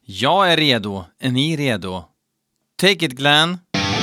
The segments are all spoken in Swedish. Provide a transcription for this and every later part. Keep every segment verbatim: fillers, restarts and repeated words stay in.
Jag är redo. Är ni redo? Take it, Glenn.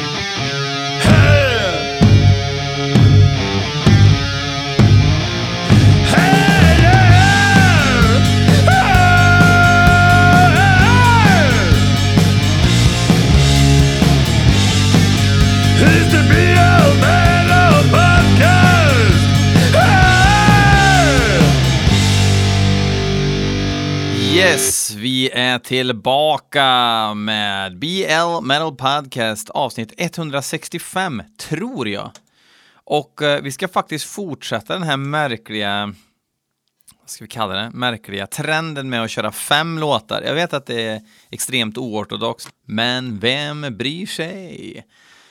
Yes, vi är tillbaka med B L Metal Podcast avsnitt etthundrasextiofem, tror jag. Och eh, vi ska faktiskt fortsätta den här märkliga, vad ska vi kalla det, märkliga trenden med att köra fem låtar. Jag vet att det är extremt oortodoxt, men vem bryr sig?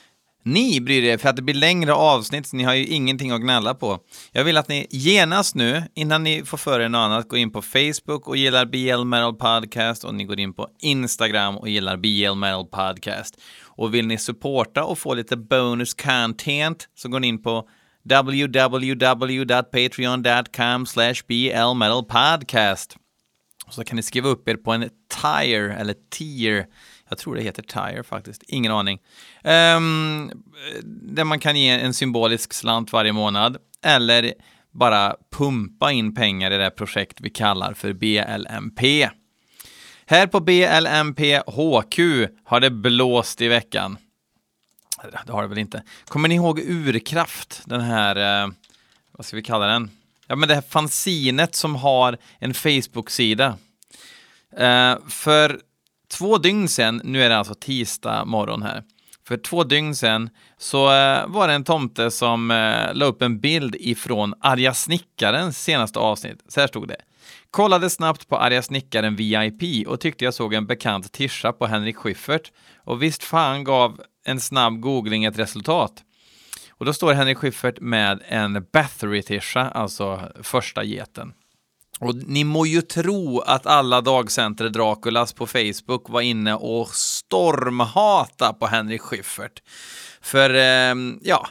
Ni bryr er för att det blir längre avsnitt, så ni har ju ingenting att gnälla på. Jag vill att ni genast nu, innan ni får för er något annat, går in på Facebook och gillar B L Metal Podcast, och ni går in på Instagram och gillar B L Metal Podcast. Och vill ni supporta och få lite bonus content, så går ni in på w w w dot patreon dot com slash B L Metal Podcast. Så kan ni skriva upp er på en tier eller tier. Jag tror det heter tire faktiskt. Ingen aning. Um, där man kan ge en symbolisk slant varje månad. Eller bara pumpa in pengar i det projekt vi kallar för B L M P. Här på B L M P H Q har det blåst i veckan. Det har det väl inte. Kommer ni ihåg Urkraft? Den här, uh, vad ska vi kalla den? Ja, men det här fanzinet som har en Facebook-sida. Uh, för två dygn sedan, nu är det alltså tisdag morgon här. För två dygn sedan så eh, var det en tomte som eh, la upp en bild ifrån Arga Snickarens senaste avsnitt. Så här stod det. Kollade snabbt på Arga Snickaren V I P och tyckte jag såg en bekant tischa på Henrik Schyffert. Och visst fan gav en snabb googling ett resultat. Och då står Henrik Schyffert med en Bathory-tischa, alltså första geten. Och ni må ju tro att alla dagcenter Draculas på Facebook var inne och stormhata på Henrik Schyffert. För, eh, ja,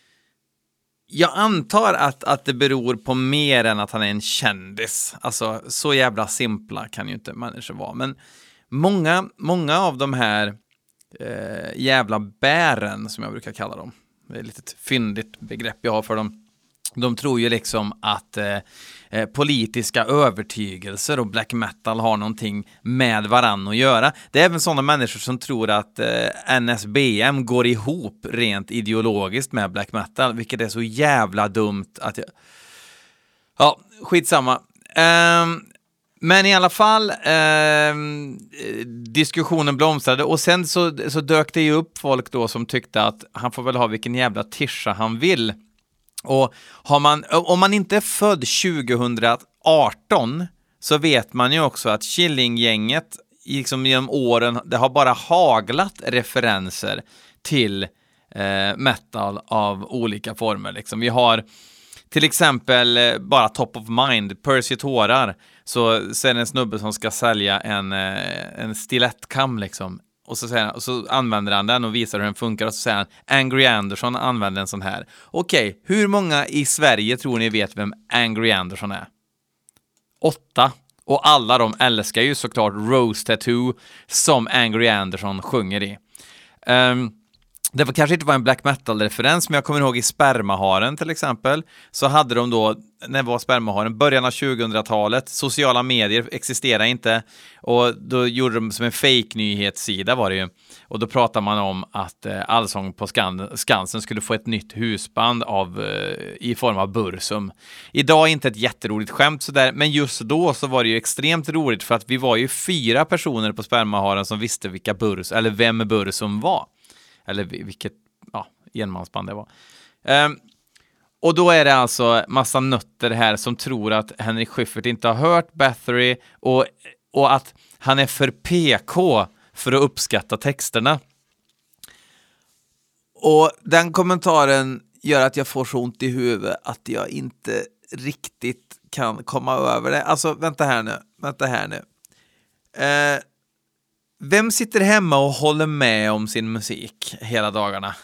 jag antar att, att det beror på mer än att han är en kändis. Alltså, så jävla simpla kan ju inte människor vara. Men många, många av de här eh, jävla bären, som jag brukar kalla dem. Det är ett litet fyndigt begrepp jag har för dem. De tror ju liksom att eh, eh, politiska övertygelser och black metal har någonting med varann att göra. Det är även sådana människor som tror att eh, N S B M går ihop rent ideologiskt med black metal, vilket är så jävla dumt att jag... Ja, skitsamma. Um, men i alla fall, um, diskussionen blomstrade, och sen så, så dök det ju upp folk då som tyckte att han får väl ha vilken jävla tischa han vill. Och har man, om man inte är född tjugohundraarton, så vet man ju också att Killinggänget liksom genom åren, det har bara haglat referenser till eh, metal av olika former. Liksom. Vi har till exempel eh, bara top of mind, Percy Tårar, så, så är det en snubbe som ska sälja en, eh, en stilettkam liksom. Och så, säger han, och så använder han den och visar hur den funkar. Och så säger han, Angry Anderson använder en sån här. Okej, hur många i Sverige tror ni vet vem Angry Anderson är? Åtta. Och alla de älskar ju såklart Rose Tattoo, som Angry Anderson sjunger i. Um, det var kanske inte var en black metal-referens, men jag kommer ihåg i Spermaharen till exempel, så hade de då, när var Spermaharen? Början av tjugohundratalet, sociala medier existerar inte, och då gjorde de som en fake-nyhetssida var det ju, och då pratade man om att eh, Allsång på Skan- Skansen skulle få ett nytt husband av, eh, i form av Bursum. Idag är inte ett jätteroligt skämt sådär, men just då så var det ju extremt roligt, för att vi var ju fyra personer på Spermaharen som visste vilka Burs, eller vem Bursum var. Eller vilket, ja, enmansband det var. Um, och då är det alltså massa nötter här som tror att Henrik Schyffert inte har hört Bathory, och, och att han är för P K för att uppskatta texterna. Och den kommentaren gör att jag får så ont i huvudet att jag inte riktigt kan komma över det. Alltså, vänta här nu. Vänta här nu. Eh... Vem sitter hemma och håller med om sin musik hela dagarna?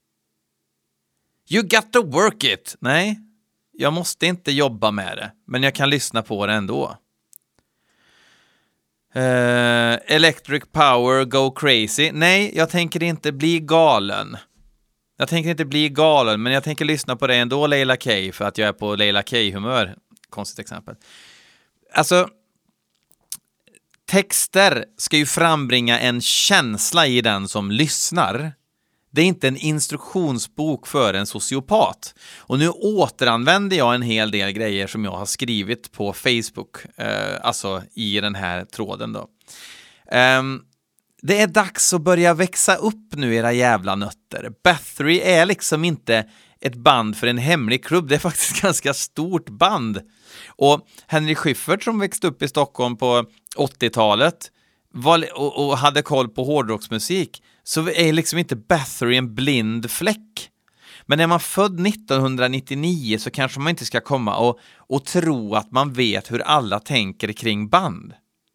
You got to work it. Nej, jag måste inte jobba med det, men jag kan lyssna på det ändå. Uh, Electric Power, Go Crazy. Nej, jag tänker inte bli galen. Jag tänker inte bli galen, men jag tänker lyssna på det ändå, Leila K, för att jag är på Leila K-humör. Konstigt exempel. Alltså, texter ska ju frambringa en känsla i den som lyssnar. Det är inte en instruktionsbok för en sociopat. Och nu återanvänder jag en hel del grejer som jag har skrivit på Facebook, eh, alltså i den här tråden då. Um, det är dags att börja växa upp nu, era jävla nötter. Bathory är liksom inte ett band för en hemlig klubb. Det är faktiskt ett ganska stort band. Och Henry Schyffert som växte upp i Stockholm på åttiotalet var, och, och hade koll på hårdrocksmusik, så är liksom inte Bathory en blind fläck. Men är man född nittonhundranittionio så kanske man inte ska komma och, och tro att man vet hur alla tänker kring band.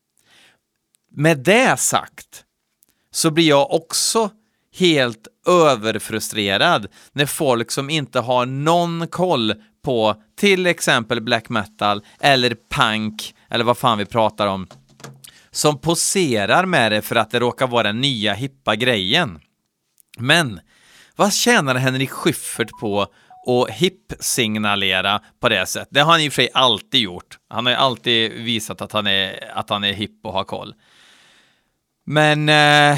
Med det sagt så blir jag också helt överfrustrerad när folk som inte har någon koll på till exempel black metal eller punk eller vad fan vi pratar om, som poserar med det för att det råkar vara den nya hippa grejen. Men vad tjänar Henrik Schyffert på att hip-signalera på det sättet? Det har han i och för sig alltid gjort. Han har ju alltid visat att han är, att han är hipp och har koll. Men eh,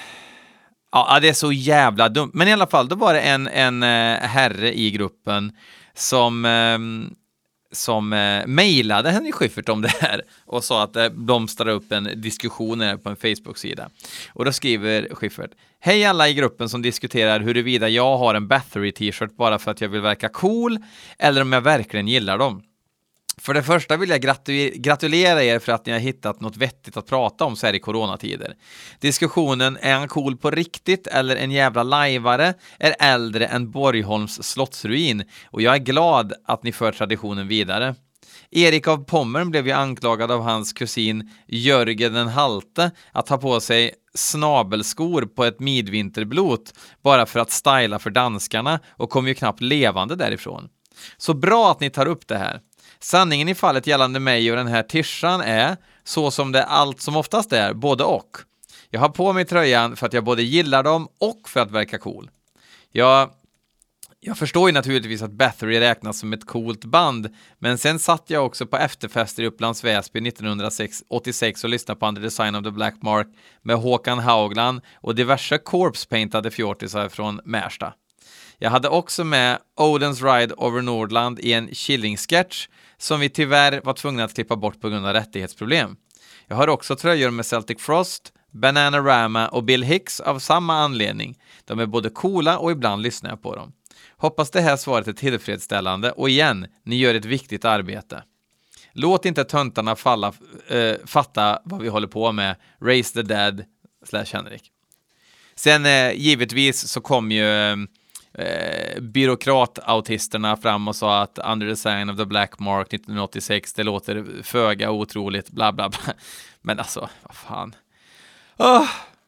ja, det är så jävla dumt. Men i alla fall, då var det en, en eh, herre i gruppen som eh, som eh, mejlade Henrik Schyffert om det här och sa att det blomstrade upp en diskussion på en Facebook-sida. Och då skriver Schyffert: hej alla i gruppen som diskuterar huruvida jag har en Bathory t-shirt bara för att jag vill verka cool eller om jag verkligen gillar dem. För det första vill jag gratu- gratulera er för att ni har hittat något vettigt att prata om så här i coronatider. Diskussionen, är han cool på riktigt eller en jävla lajvare, är äldre än Borgholms slottsruin, och jag är glad att ni för traditionen vidare. Erik av Pommern blev ju anklagad av hans kusin Jörgen den Halte att ha på sig snabelskor på ett midvinterblot bara för att styla för danskarna, och kom ju knappt levande därifrån. Så bra att ni tar upp det här. Sanningen i fallet gällande mig och den här tishan är, så som det allt som oftast är, både och. Jag har på mig tröjan för att jag både gillar dem och för att verka cool. Jag, jag förstår ju naturligtvis att Bathory räknas som ett coolt band, men sen satt jag också på efterfester i Upplands Väsby nittonhundraåttiosex och lyssnade på Under the Sign of the Black Mark med Håkan Haugland och diverse corpse-paintade fjortisar från Märsta. Jag hade också med Odens Ride over Nordland i en Killing-sketch som vi tyvärr var tvungna att klippa bort på grund av rättighetsproblem. Jag har också tröjor med Celtic Frost, Bananarama och Bill Hicks av samma anledning. De är både coola och ibland lyssnar jag på dem. Hoppas det här svaret är tillfredsställande, och igen, ni gör ett viktigt arbete. Låt inte töntarna falla, äh, fatta vad vi håller på med. Raise the Dead slash Henrik. Sen äh, givetvis så kom ju äh, Eh, byråkratautisterna fram och sa att Under the Sign of the Black Mark nittonhundraåttiosex, det låter föga otroligt, bla bla bla. Men alltså, vad fan. Oh.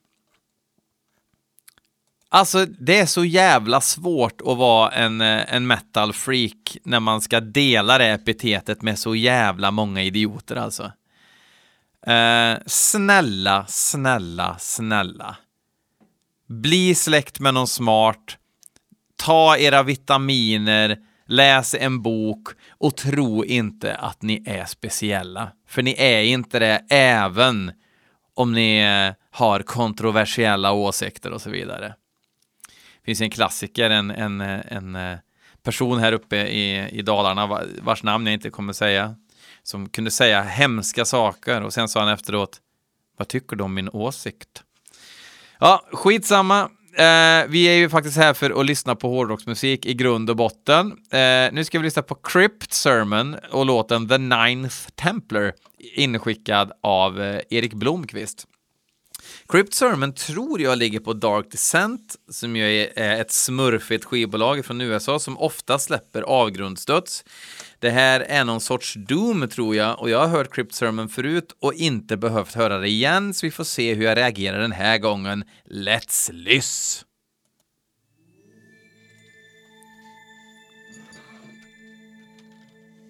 Alltså, det är så jävla svårt att vara en, en metal freak när man ska dela det epitetet med så jävla många idioter alltså. Eh, snälla, snälla, snälla. Bli släkt med någon smart. Ta era vitaminer, läs en bok och tro inte att ni är speciella. För ni är inte det, även om ni har kontroversiella åsikter och så vidare. Det finns en klassiker, en, en, en person här uppe i, i Dalarna vars namn jag inte kommer säga, som kunde säga hemska saker och sen sa han efteråt: vad tycker du om min åsikt? Ja, skitsamma. Uh, vi är ju faktiskt här för att lyssna på hårdrocksmusik i grund och botten. Uh, nu ska vi lyssna på Crypt Sermon och låten The Ninth Templar, inskickad av uh, Erik Blomqvist. Crypt Sermon tror jag ligger på Dark Descent, som ju är, är ett smurfigt skivbolag från U S A som ofta släpper avgrundstöts. Det här är någon sorts doom, tror jag, och jag har hört Crypt Sermon förut och inte behövt höra det igen, så vi får se hur jag reagerar den här gången. Let's lys!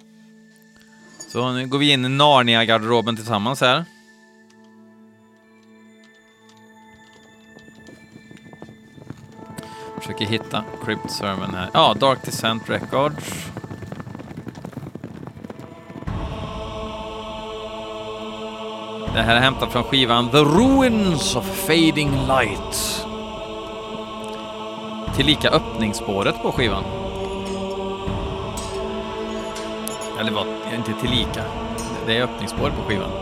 Så nu går vi in i Narnia-garderoben tillsammans här. Försöker hitta Crypt Sermon här. Ja, Dark Descent Records. Det här är hämtat från skivan The Ruins of Fading Light. Tillika öppningsspåret på skivan. Eller vad? Inte tillika. Det är öppningsspåret på skivan.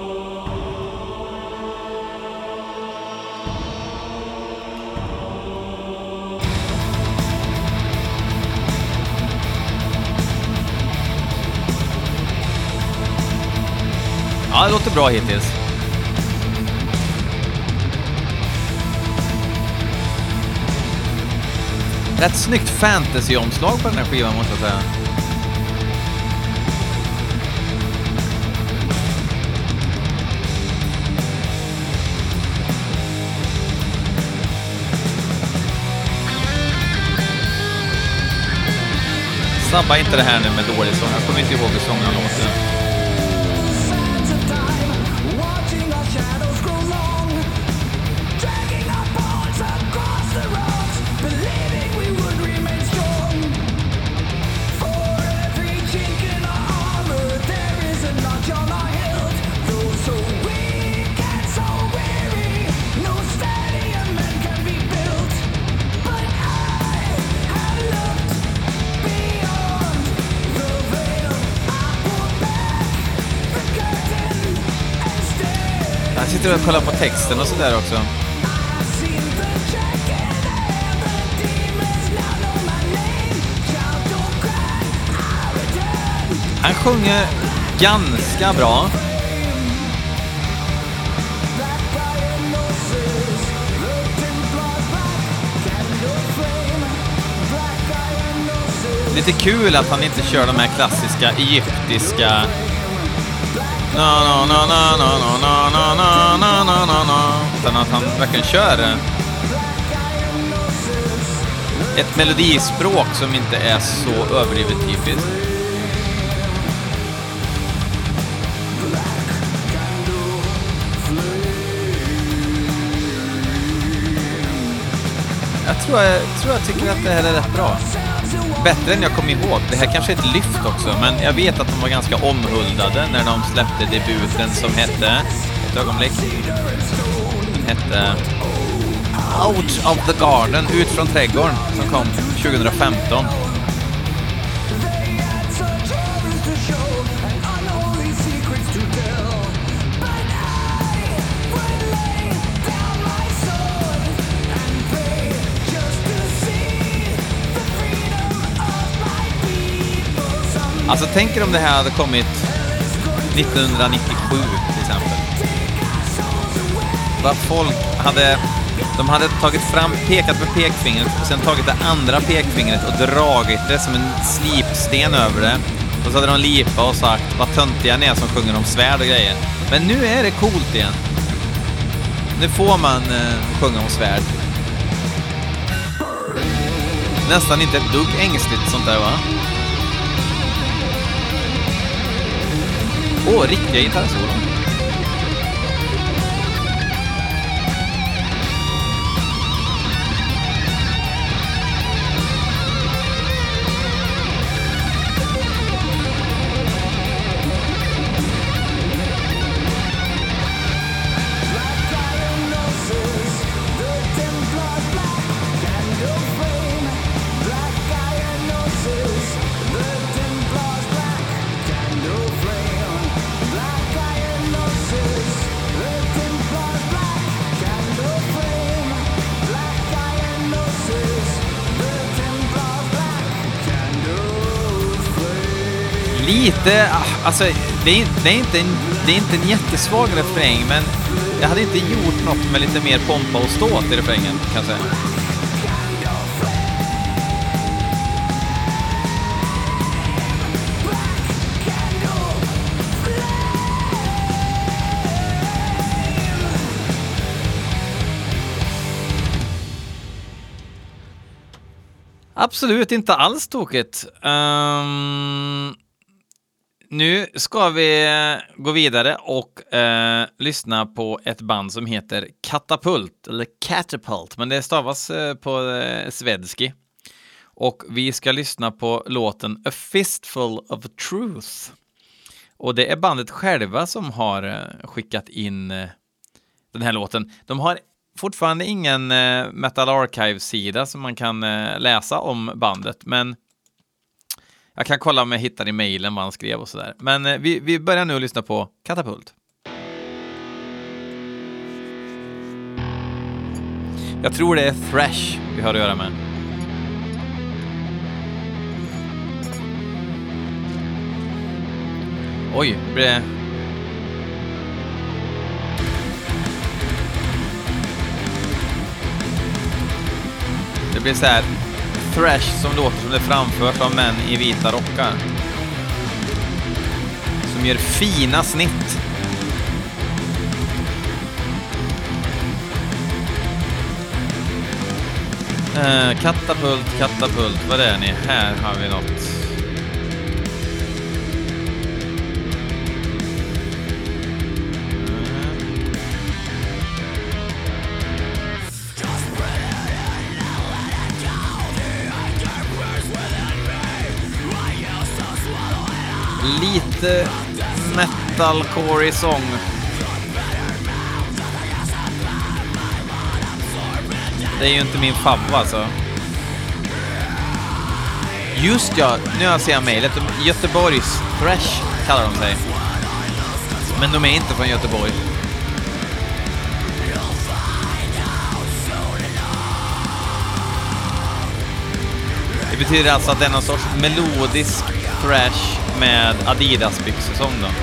Ja, det låter bra hittills. Rätt snyggt fantasy-omslag på den här skivan, måste jag säga. Sabba inte det här nu med dålig sång. Jag kommer inte ihåg hur sången låter. Jag sitter och kollar på texten och sådär också. Han sjunger ganska bra. Lite kul att han inte kör de här klassiska egyptiska no no no no no no no no no no no no utan att han verkligen kör ett melodispråk som inte är så överdrivet typiskt. Jag tror jag, tror jag tycker att det här är rätt bra. Bättre än jag kom ihåg. Det här kanske är ett lyft också, men jag vet att de var ganska omhuldade när de släppte debuten som hette, ett ögonblick, den hette Out of the Garden, ut från trädgården, som kom tjugo femton. Alltså tänker om det här hade kommit nittonhundranittiosju till exempel. Vad folk hade, de hade tagit fram, pekat med pekfingret och sen tagit det andra pekfingret och dragit det som en slipsten över det. Och så hade de lipat och sagt vad töntiga ni är som sjunger om svärd och grejer. Men nu är det coolt igen. Nu får man eh, sjunga om svärd. Nästan inte ett dugg ängsligt sånt där, va? Åh, oh, riktiga gitarrsolon. Lite, alltså det är, det är inte en, det är inte en jättesvag refräng, men jag hade inte gjort något med lite mer pompa och ståt i refrängen, kan jag säga. Absolut inte alls tokigt. Um... Nu ska vi gå vidare och eh, lyssna på ett band som heter Katapult, eller Catapult, men det stavas eh, på eh, svedski. Och vi ska lyssna på låten A Fistful of Truth. Och det är bandet själva som har eh, skickat in eh, den här låten. De har fortfarande ingen eh, Metal Archive-sida som man kan eh, läsa om bandet, men jag kan kolla om jag hittar i mejlen vad han skrev och sådär. Men eh, vi, vi börjar nu lyssna på Katapult. Jag tror det är thrash vi har att göra med. Oj, det blir... Det blir så här thrash som låter som det framförs av män i vita rockar. Som gör fina snitt. Eh, katapult, katapult, vad är ni? Här har vi något. Lite metalcore sång. Det är ju inte min favorit alltså. Just ja, nu har jag sett mejlet. Göteborgs thrash kallar de sig. Men de är inte från Göteborg. Det betyder alltså att det är någon sorts melodisk thrash med Adidas-byxesång då.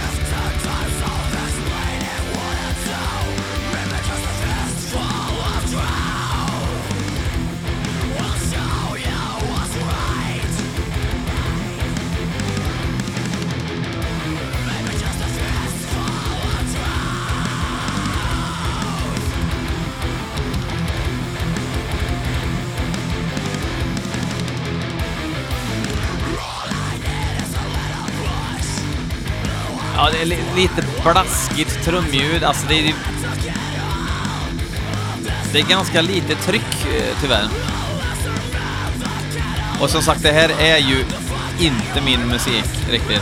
Ja, det är li- lite blaskigt trumljud. Alltså det är, det är ganska lite tryck tyvärr. Och som sagt, det här är ju inte min musik riktigt.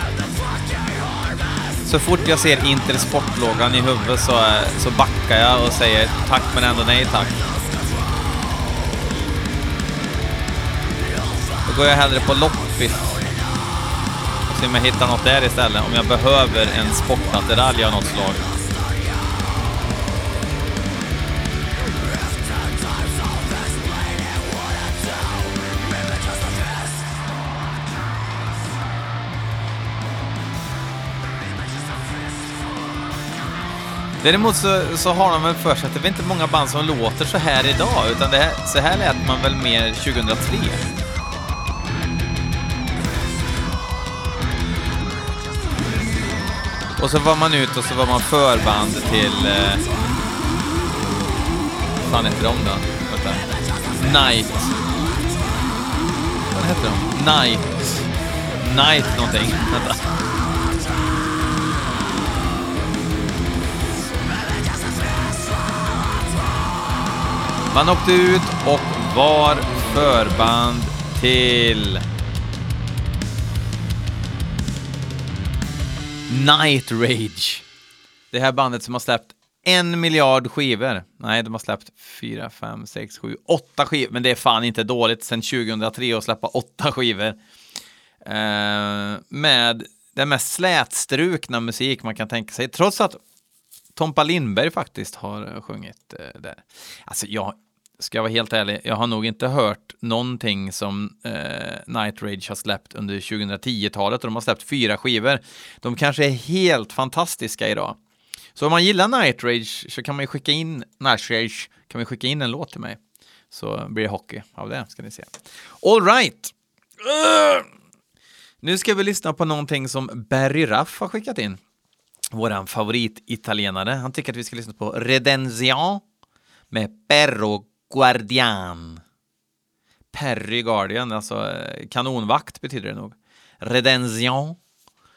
Så fort jag ser Intersport-loggan i huvudet så, så backar jag och säger tack men ändå nej tack. Då går jag hellre på loppis. Så om jag hittar något där istället. Om jag behöver en sportmaterial av något slag. Däremot så, så har de väl för sig att det är inte många band som låter så här idag. Utan det här, så här lät man väl mer tjugohundratre. Och så var man ut och så var man förband till... Eh, vad fan heter de då? Vänta. Night. Vad heter de? Night. Night någonting. Vänta. Man åkte ut och var förband till... Night Rage. Det här bandet som har släppt en miljard skivor. Nej, de har släppt fyra, fem, sex, sju, åtta skivor. Men det är fan inte dåligt sen tjugohundratre att släppa åtta skivor. Eh, med den mest slätstrukna musik man kan tänka sig. Trots att Tompa Lindberg faktiskt har sjungit eh, där. Alltså jag ska jag vara helt ärlig, jag har nog inte hört någonting som eh, Night Rage har släppt under tjugohundratio-talet och de har släppt fyra skivor. De kanske är helt fantastiska idag. Så om man gillar Night Rage så kan man ju skicka in Night Rage, kan vi skicka in en låt till mig. Så blir det hockey av det, ska ni se. All right. Uh! Nu ska vi lyssna på någonting som Barry Raff har skickat in. Våran favorit-italienare. Han tycker att vi ska lyssna på Redenzian med Perro Guardian. Perry Guardian, alltså kanonvakt betyder det nog. Redenzian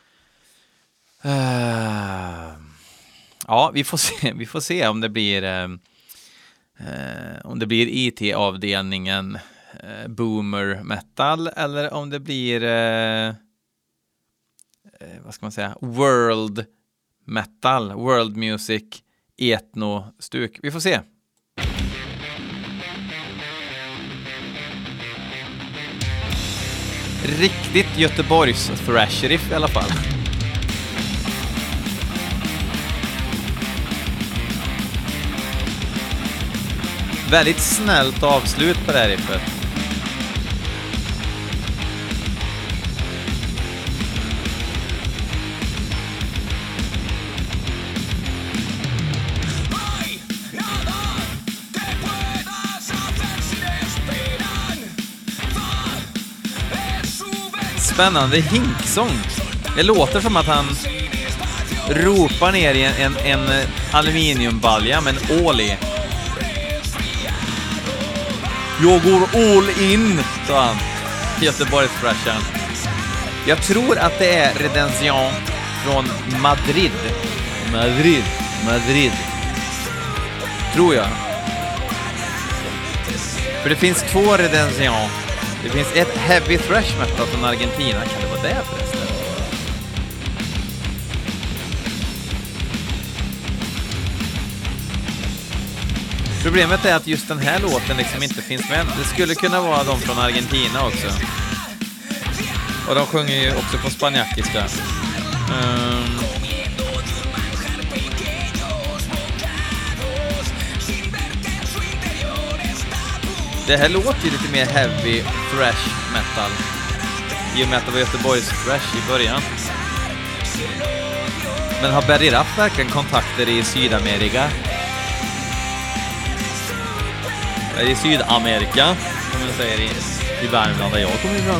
Uh, ja, vi får se. Vi får se om det blir uh, uh, om det blir I T-avdelningen uh, boomer metal eller om det blir uh, uh, vad ska man säga? World metal, world music, etno-stuk. Vi får se. Riktigt Göteborgs thrash-riff i alla fall. Väldigt snällt avslut på det här riffet. Spännande hinksång. Det låter som att han ropar ner i en, en, en aluminiumbalja med en ål i. Jag går all in, sa han. Göteborgs-thrashen. Jag tror att det är Redención från Madrid. Madrid, Madrid. Tror jag. För det finns två Redención. Det finns ett heavy thrash metal från Argentina. Kan det vara det förresten? Problemet är att just den här låten liksom inte finns med. Det skulle kunna vara de från Argentina också. Och de sjunger ju också på spanjackiska. Um... Det här låter ju lite mer heavy thrash metal. I och med att det var Göteborgs thrash i början. Men har Berry Raff verkligen kontakter i Sydamerika? I Sydamerika, som man säger i, i Värmland där jag kommer ifrån.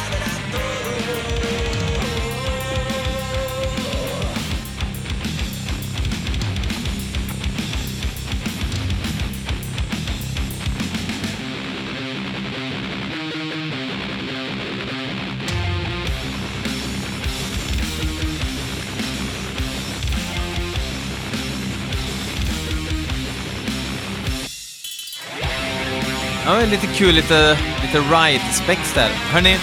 Ja, lite kul, lite, lite ride-spex där. Hörrni,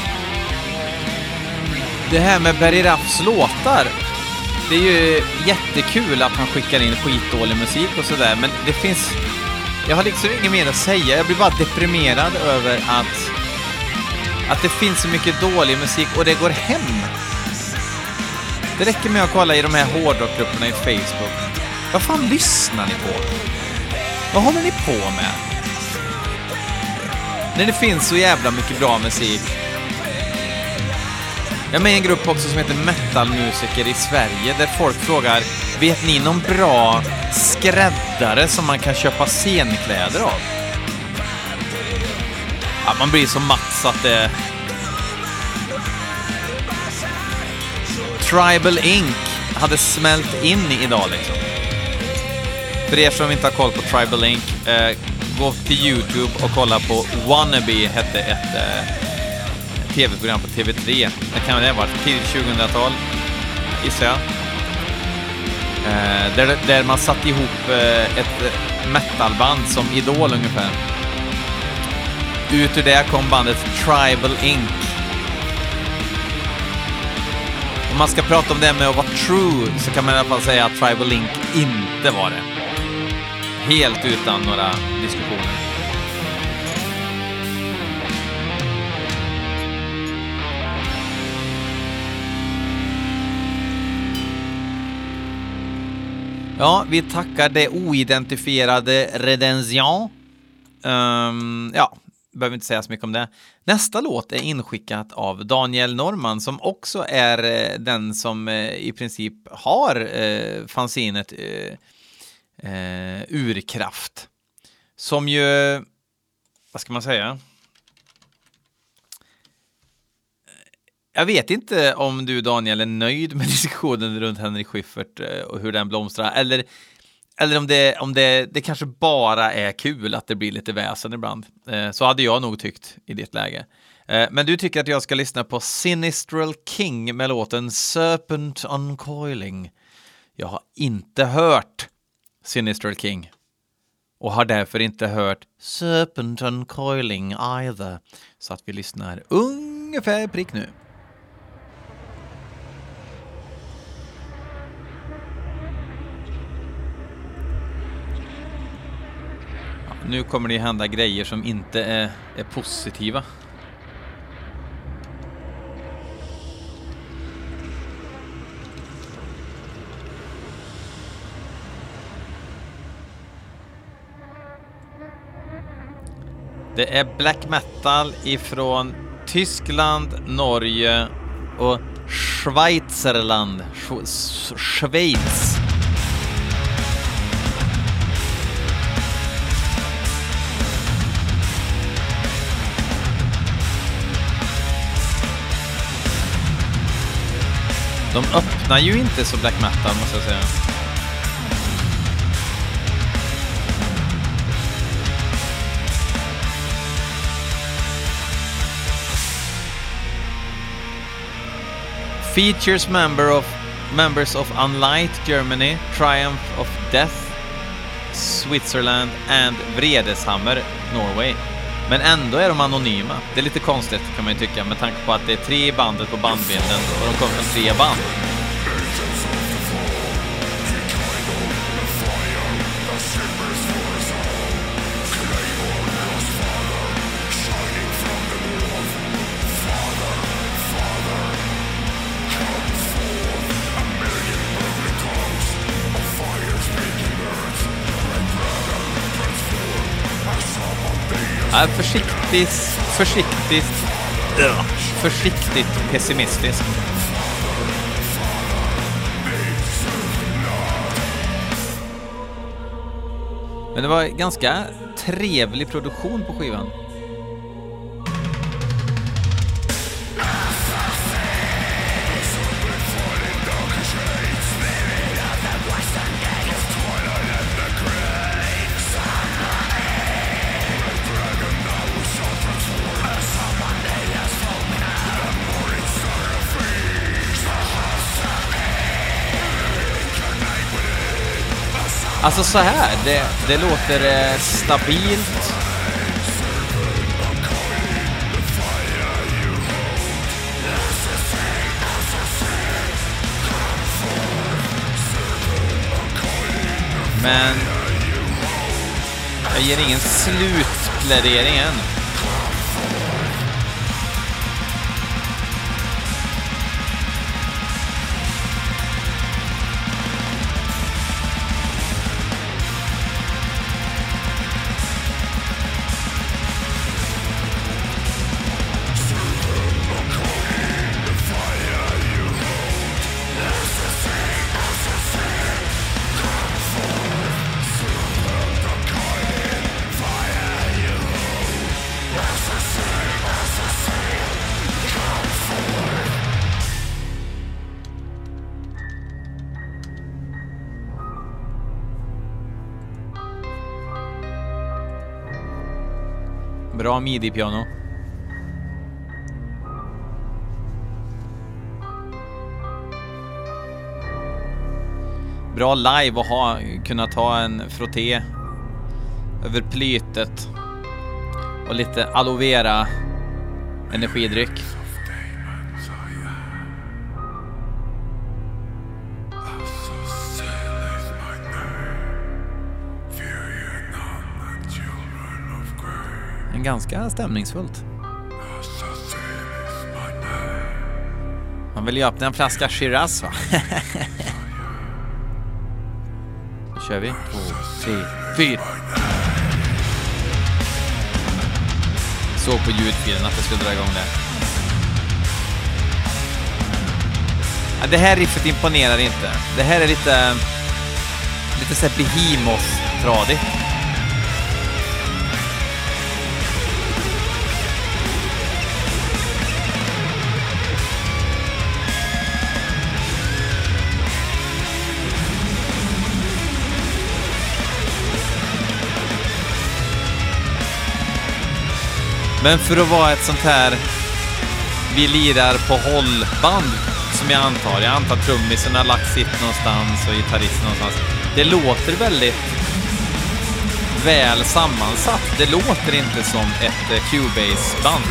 det här med Berry Raffs låtar, det är ju jättekul att han skickar in skitdålig musik och sådär, men det finns, jag har liksom inget mer att säga. Jag blir bara deprimerad över att att det finns så mycket dålig musik och det går hem. Det räcker med att kolla i de här hårdrockgrupperna i Facebook. Vad fan lyssnar ni på? Vad håller ni på med? När det finns så jävla mycket bra musik. Jag är med i en grupp också som heter Metalmusiker i Sverige, där folk frågar: vet ni någon bra skräddare som man kan köpa scenkläder av? Ja, man blir så matt så att det... Tribal Inc hade smält in idag liksom. För er som inte har koll på Tribal Inc, eh, gå till YouTube och kolla på Wannabe, hette ett eh, tv-program på T V tre. Det kan det ha varit tidigt tjugohundratal, gissar jag. Eh, där, där man satt ihop eh, ett metalband som Idol ungefär. Ut ur det kom bandet Tribal Inc. Om man ska prata om det med att vara true, så kan man i alla fall säga att Tribal Inc inte var det. Helt utan några diskussioner. Ja, vi tackar det oidentifierade Redención. Um, ja, behöver inte säga så mycket om det. Nästa låt är inskickat av Daniel Norman, som också är eh, den som eh, i princip har eh, fanzinet eh, eh, Urkraft. Som ju, vad ska man säga? Jag vet inte om du, Daniel, är nöjd med diskussionen runt Henrik Schyffert och hur den blomstrar, eller eller om det, om det, det kanske bara är kul att det blir lite väsen ibland. Eh, så hade jag nog tyckt i ditt läge. Eh, men du tycker att jag ska lyssna på Sinistral King med låten Serpent Uncoiling. Jag har inte hört Sinistral King och har därför inte hört Serpent Uncoiling either. Så att vi lyssnar ungefär prick nu. Nu kommer det hända grejer som inte är, är positiva. Det är black metal ifrån Tyskland, Norge och Schweizerland. Sch- Schweiz. De öppnar ju inte så black metal, måste jag säga. Features member of members of Unlight Germany, Triumph of Death Switzerland and Vredeshammer Norway. Men ändå är de anonyma. Det är lite konstigt kan man ju tycka med tanke på att det är tre i bandet på bandbilden och de kommer från tre band. Ja, försiktigt, försiktigt, uh, försiktigt pessimistisk. Men det var ganska trevlig produktion på skivan. Alltså så här, det, det låter eh, stabilt. Men jag ger ingen slutplädering än. Bra midi-piano. Bra live att ha, kunna ta en frotté över plytet och lite aloe vera energidryck. Ganska stämningsfullt. Man vill ju öppna en flaska Shiraz, va? Nu kör vi. Två, tre, fyra. Så på ljudfilen att det skulle dra igång det. Ja, det här riffet imponerar inte. Det här är lite lite så här Behemoth-tradigt. Men för att vara ett sånt här vi lirar på hållband som jag antar, jag antar trummisen har lagt sitt någonstans och gitarristen någonstans. Det låter väldigt väl sammansatt. Det låter inte som ett Cubase-band.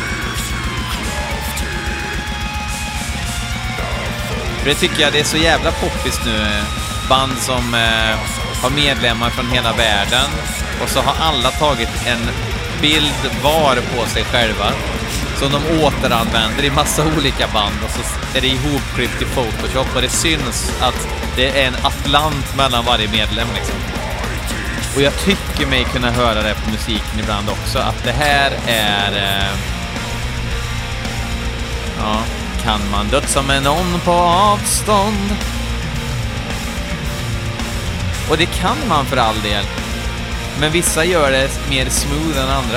För det tycker jag det är så jävla poppis nu. Band som eh, har medlemmar från hela världen och så har alla tagit en bild var på sig själva som de återanvänder i massa olika band och så är det ihopklippt i Photoshop och det syns att det är en atlant mellan varje medlem liksom. Och jag tycker mig kunna höra det på musiken ibland också att det här är eh, ja, kan man dödsa med någon på avstånd? Och det kan man för all del. Men vissa gör det mer smooth än andra.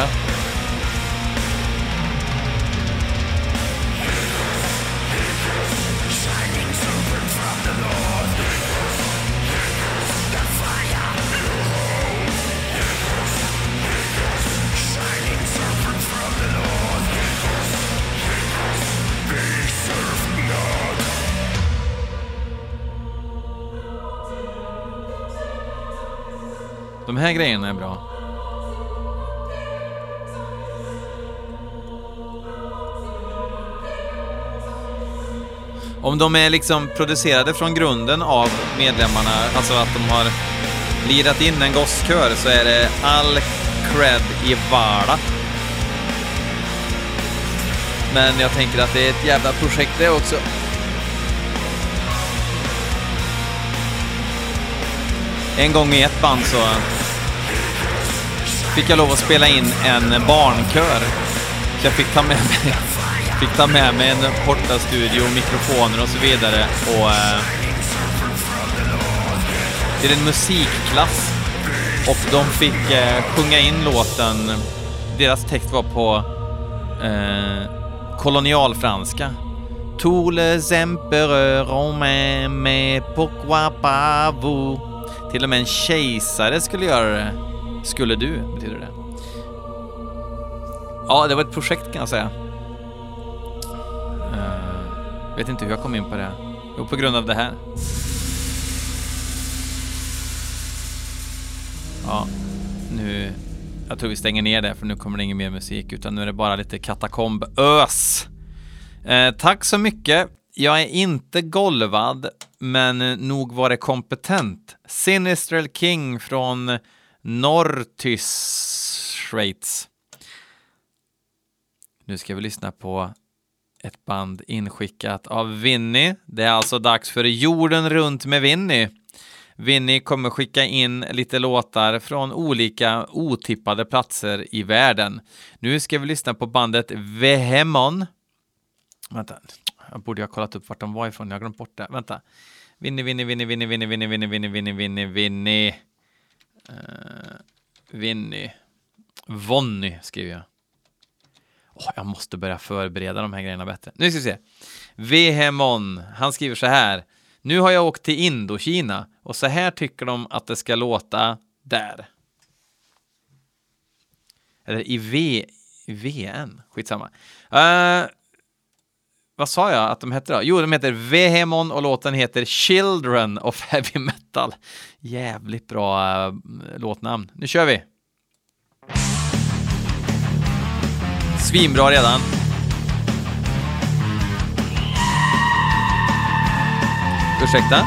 De här grejerna är bra. Om de är liksom producerade från grunden av medlemmarna, alltså att de har lirat in en gosskör, så är det all cred i världen. Men jag tänker att det är ett jävla projekt det också. En gång i ett band så fick jag lov att spela in en barnkör. Så jag fick ta med mig, fick ta med mig en portastudio, mikrofoner och så vidare. Och eh, det är en musikklass. Och de fick eh, sjunga in låten. Deras text var på eh, kolonialfranska. Tous les empereurs romains, mais pourquoi pas vous? Till och med en kejsare skulle göra det. Skulle du, betyder det. Ja, det var ett projekt kan jag säga. Uh, vet inte hur jag kom in på det. Jo, på grund av det här. Ja, nu... Jag tror vi stänger ner det, för nu kommer det ingen mer musik. Utan nu är det bara lite katakombös. Uh, tack så mycket. Jag är inte golvad, men nog var det kompetent. Sinistral King från Norrtys, Schweiz. Nu ska vi lyssna på ett band inskickat av Vinny. Det är alltså dags för jorden runt med Vinny. Vinny kommer skicka in lite låtar från olika otippade platser i världen. Nu ska vi lyssna på bandet Vehemon. Vänta. Jag borde ha kollat upp vart de var ifrån. Jag har glömt bort det. Vänta. Vinny, Vinny, Vinny, Vinny, Vinny, Vinny, Vinny, Vinny, Vinny, Vinny, Vinny. Uh, Vinny. Vonny skriver jag. Oh, jag måste börja förbereda de här grejerna bättre. Nu ska vi se. Vehemon. Han skriver så här. Nu har jag åkt till Indokina. Och så här tycker de att det ska låta där. Eller i V... V N. Skitsamma. Uh, Vad sa jag att de heter då? Jo, de heter Vehemon och låten heter Children of Heavy Metal. Jävligt bra äh, låtnamn. Nu kör vi. Svinbra redan. Ursäkta.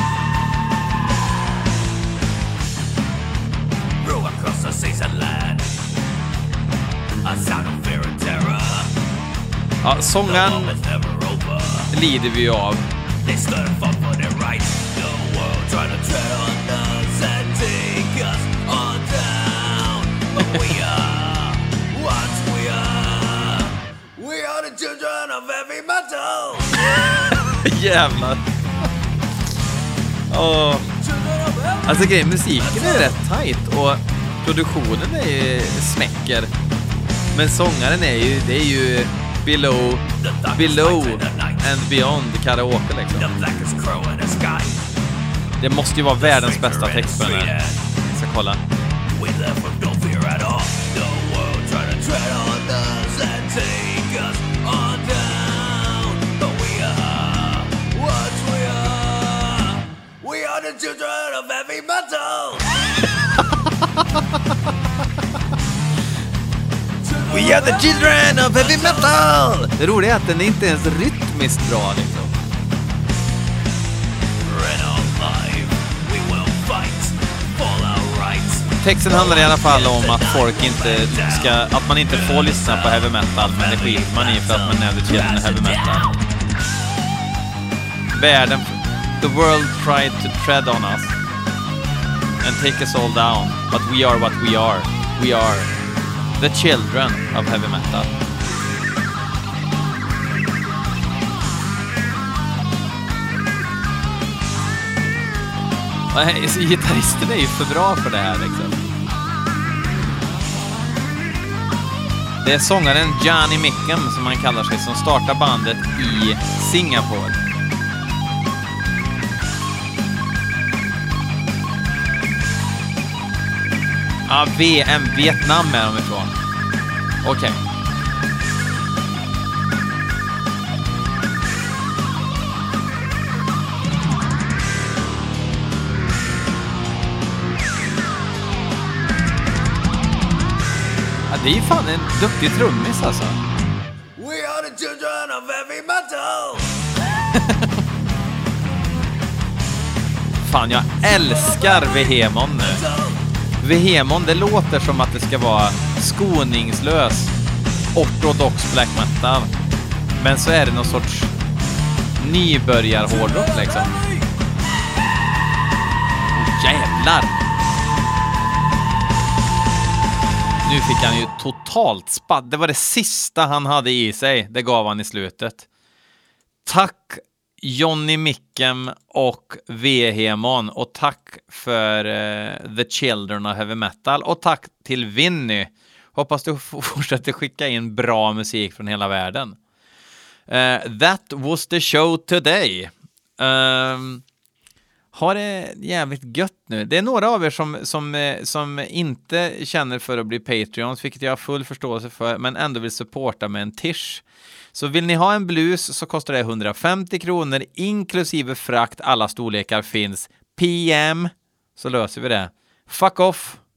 Ja, sången lider vi av. Jävlar. Oh. Alltså grejen, musiken är rätt tight och produktionen är smäcker. Men sångaren är ju, det är ju below, below and beyond karaoke liksom. Det måste ju vara världens bästa text på den här. Jag ska kolla. the children of heavy metal. We are the children of heavy metal! Det roliga är att den är inte ens rytmiskt bra liksom. Red or live, we will fight for our rights. Texten handlar i alla fall om att folk inte ska, att man inte får lyssna på heavy metal, men det skiter man i för att man är the children of heavy metal. Världen, the world tried to tread on us and take us all down, but we are what we are. We are the children of heavy metal. Gitarristen är ju för bra för det här liksom. Det är sångaren Johnny Mickham som han kallar sig, som startar bandet i Singapore. Ja, V M Vietnam är de ifrån. Okej. Okay. Ja, det är ju fan en duktig trummis alltså. We are the children of heavy metal. Fan, jag älskar Vehemon nu. Vehemon, det låter som att det ska vara skoningslös ortodox black metal. Men så är det någon sorts nybörjar-hårdrock liksom. Oh, jävlar! Nu fick han ju totalt spadd. Det var det sista han hade i sig. Det gav han i slutet. Tack Johnny Mickham och Vehemon, och tack för uh, The Children of Heavy Metal, och tack till Vinny. Hoppas du fortsätter skicka in bra musik från hela världen. Uh, that was the show today. Um, har det jävligt gött nu. Det är några av er som, som, som inte känner för att bli Patreons, vilket jag har full förståelse för, men ändå vill supporta med en tisch. Så vill ni ha en blus så kostar det hundrafemtio kronor inklusive frakt. Alla storlekar finns. P M, så löser vi det. Fuck off!